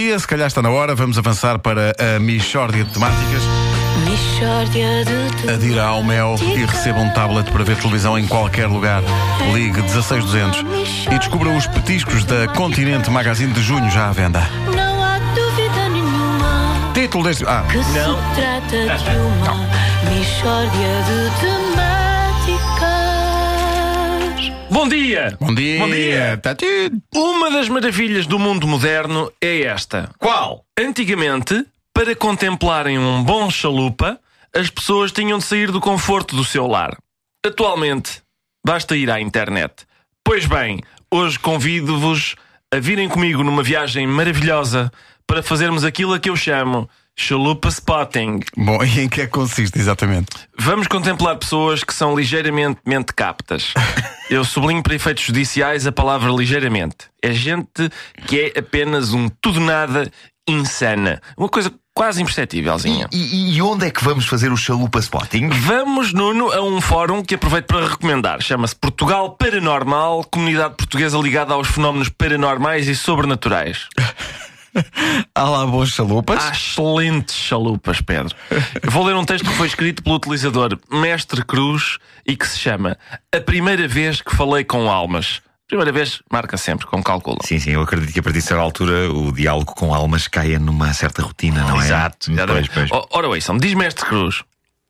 dia, se calhar está na hora. Vamos avançar para a Mixórdia de Temáticas. Mixórdia de temáticas. Adira ao Mel e receba um tablet para ver televisão em qualquer lugar. Ligue 16200 e descubra os petiscos da Continente Magazine de junho já à venda. Não há dúvida nenhuma Título deste... que se trata de uma mixórdia de temáticas. Bom dia! Bom dia! Bom dia! Tá tudo. Uma das maravilhas do mundo moderno é esta. Qual? Antigamente, para contemplarem um bom chalupa, as pessoas tinham de sair do conforto do seu lar. Atualmente, basta ir à internet. Pois bem, hoje convido-vos a virem comigo numa viagem maravilhosa para fazermos aquilo a que eu chamo chalupa spotting. Bom, e em que é que consiste exatamente? Vamos contemplar pessoas que são ligeiramente mentecaptas. Eu sublinho para efeitos judiciais a palavra ligeiramente. É gente que é apenas um tudo-nada insana. Uma coisa quase imperceptívelzinha. E onde é que vamos fazer o chalupa spotting? Vamos, Nuno, a um fórum que aproveito para recomendar. Chama-se Portugal Paranormal, comunidade portuguesa ligada aos fenómenos paranormais e sobrenaturais. Há lá bons chalupas? Há excelentes chalupas, Pedro. Eu vou ler um texto que foi escrito pelo utilizador Mestre Cruz e que se chama A Primeira Vez que Falei com Almas. Primeira vez marca sempre, com cálculo. Sim, eu acredito que a partir de certa altura o diálogo com almas caia numa certa rotina, não é? Exato. Pois. Ora, ouçam, diz Mestre Cruz: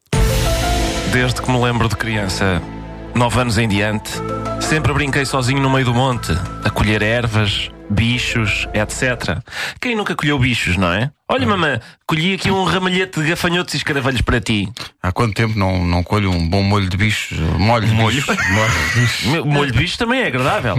desde que me lembro de criança, 9 anos em diante, sempre brinquei sozinho no meio do monte, a colher ervas, bichos, etc. Quem nunca colheu bichos, não é? Olha, mamã, colhi aqui um ramalhete de gafanhotos e escaravelhos para ti. Há quanto tempo não colho um bom molho de bichos? Molho de bichos. Molho de bichos também é agradável.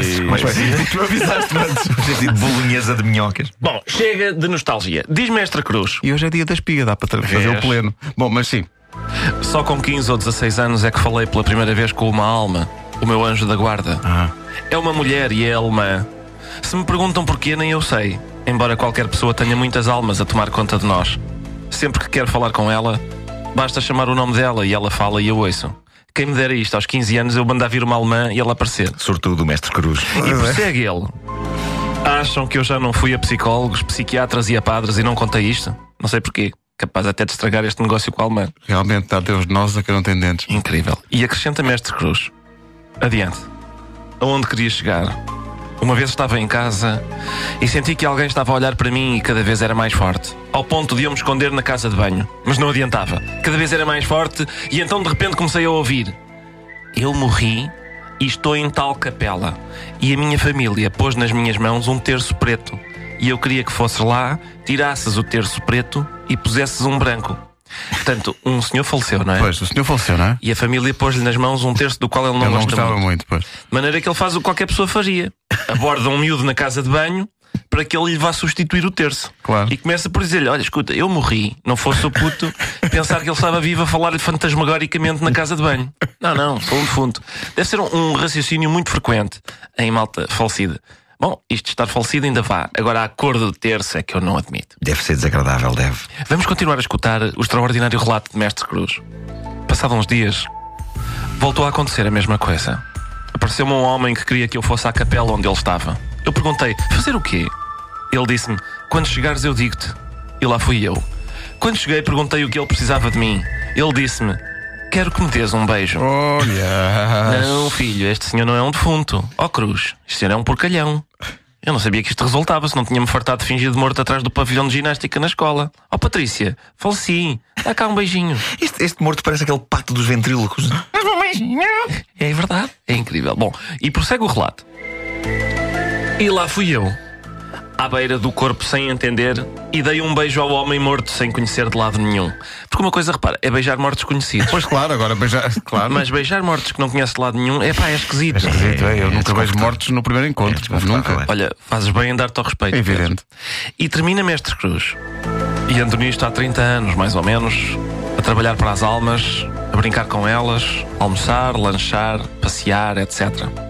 Tu avisaste antes. De bolonhesa de minhocas. Bom, chega de nostalgia. Diz Mestre Cruz: E hoje é dia da espiga, dá para fazer o pleno. Bom, mas sim. só com 15 ou 16 anos é que falei pela primeira vez com uma alma, o meu anjo da guarda. É uma mulher e é alemã. Se me perguntam porquê, nem eu sei. Embora qualquer pessoa tenha muitas almas a tomar conta de nós. Sempre que quero falar com ela, basta chamar o nome dela e ela fala e eu ouço. Quem me dera isto, aos 15 anos eu mandar vir uma alemã e ela aparecer. Sobretudo o Mestre Cruz. E prossegue ele: acham que eu já não fui a psicólogos, psiquiatras e a padres e não contei isto? Não sei porquê. Capaz até de estragar este negócio com a alemã. Realmente dá Deus de nós a quem não tem dentes. Incrível. E acrescenta Mestre Cruz: adiante. Aonde queria chegar? Uma vez estava em casa e senti que alguém estava a olhar para mim e cada vez era mais forte, ao ponto de eu me esconder na casa de banho. Mas não adiantava. Cada vez era mais forte e então de repente comecei a ouvir: eu morri e estou em tal capela. E a minha família pôs nas minhas mãos um terço preto. E eu queria que fosses lá, tirasses o terço preto e pusesses um branco. Portanto, um senhor faleceu, não é? Pois, o senhor faleceu, não é? E a família pôs-lhe nas mãos um terço do qual ele não Ele não gosta gostava muito. muito, pois. De maneira que ele faz o que qualquer pessoa faria: aborda um miúdo na casa de banho para que ele lhe vá substituir o terço. Claro. E começa por dizer-lhe: olha, escuta, eu morri. Não fosse o puto pensar que ele estava vivo a falar-lhe fantasmagoricamente na casa de banho. Não, sou um defunto. Deve ser um raciocínio muito frequente em malta falecida. Bom, isto de estar falecido ainda vá. Agora a cor do terço é que eu não admito. Deve ser desagradável, deve. Vamos continuar a escutar o extraordinário relato de Mestre Cruz. Passados uns dias, voltou a acontecer a mesma coisa. Apareceu-me um homem que queria que eu fosse à capela onde ele estava. Eu perguntei: fazer o quê? Ele disse-me: quando chegares eu digo-te. E lá fui eu. Quando cheguei perguntei o que ele precisava de mim. Ele disse-me: quero que me dês um beijo. Olha. Não, filho, este senhor não é um defunto. Ó Cruz, este senhor é um porcalhão. Eu não sabia que isto resultava, se não tinha-me fartado de fingir de morto atrás do pavilhão de ginástica na escola. Ó Patrícia, faleci. Dá cá um beijinho. Este morto parece aquele pato dos ventrílocos. É verdade, é incrível. Bom, e prossegue o relato. E lá fui eu, à beira do corpo sem entender, e dei um beijo ao homem morto sem conhecer de lado nenhum. Porque uma coisa, repara, é beijar mortos conhecidos. Pois claro, agora beijar. Claro. Mas beijar mortos que não conhece de lado nenhum, é esquisito. Esquisito, eu nunca vejo mortos no primeiro encontro. Nunca. Olha, fazes bem em dar-te ao respeito. É evidente. Pedro. E termina Mestre Cruz. E ando nisto há 30 anos, mais ou menos, a trabalhar para as almas, a brincar com elas, almoçar, lanchar, passear, etc.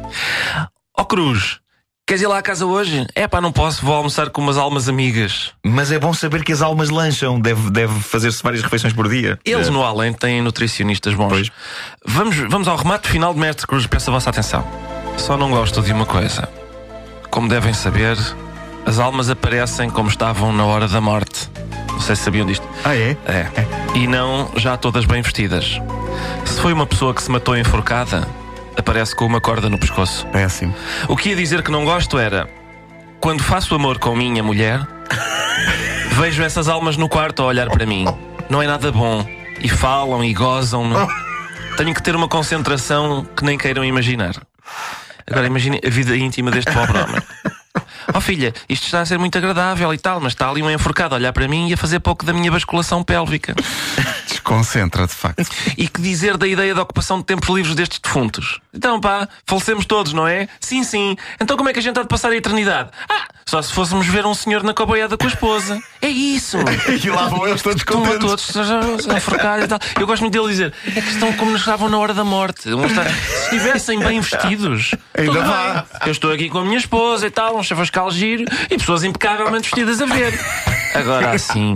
Ó Cruz, queres ir lá à casa hoje? Não posso, vou almoçar com umas almas amigas. Mas é bom saber que as almas lancham. Deve fazer-se várias refeições por dia. Eles no além têm nutricionistas bons. Pois. Vamos ao remate final de Mestre Cruz. Peço a vossa atenção. Só não gosto de uma coisa. Como devem saber, As almas aparecem como estavam na hora da morte. Não sei se sabiam disto. Ah, é? É. E não já todas bem vestidas. Se foi uma pessoa que se matou enforcada, aparece com uma corda no pescoço. Péssimo. O que ia dizer que não gosto era: quando faço amor com minha mulher, vejo essas almas no quarto a olhar para mim. Não é nada bom. E falam e gozam. Não? Tenho que ter uma concentração que nem queiram imaginar. Agora imagine a vida íntima deste pobre homem. Oh filha, isto está a ser muito agradável e tal, mas está ali um enforcado a olhar para mim e a fazer pouco da minha basculação pélvica. Desconcentra, de facto. E que dizer da ideia da ocupação de tempos livres destes defuntos? Então pá, falecemos todos, não é? Sim, sim. Então como é que a gente há de passar a eternidade? Só se fôssemos ver um senhor na coboiada com a esposa. É isso. E lá vão eles todos Estão contentes. todos enforcados e tal. Eu gosto muito dele dizer: é que estão como nos estavam na hora da morte. Se estivessem bem vestidos, Ainda tudo vá. bem. Eu estou aqui com a minha esposa e tal, um chavascal giro e pessoas impecavelmente vestidas a ver. Agora assim.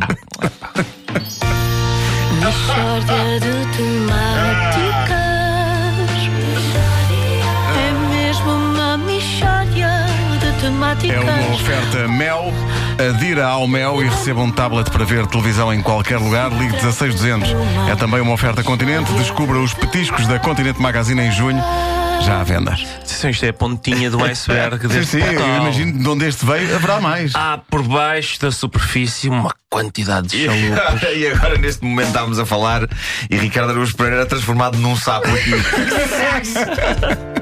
Mixórdia de temáticas. É mesmo uma mixórdia de temáticas. É uma oferta Mel. Adira ao Mel e receba um tablet para ver televisão em qualquer lugar. Ligue 16200. É também uma oferta Continente. Descubra os petiscos da Continente Magazine em junho. Já à venda. Isto é a pontinha do iceberg Sim, deste sim, eu portal. imagino de onde este veio, haverá mais. Há por baixo da superfície uma quantidade de chalupas. E agora, neste momento, estávamos a falar e Ricardo Araújo Pereira era transformado num sapo aqui.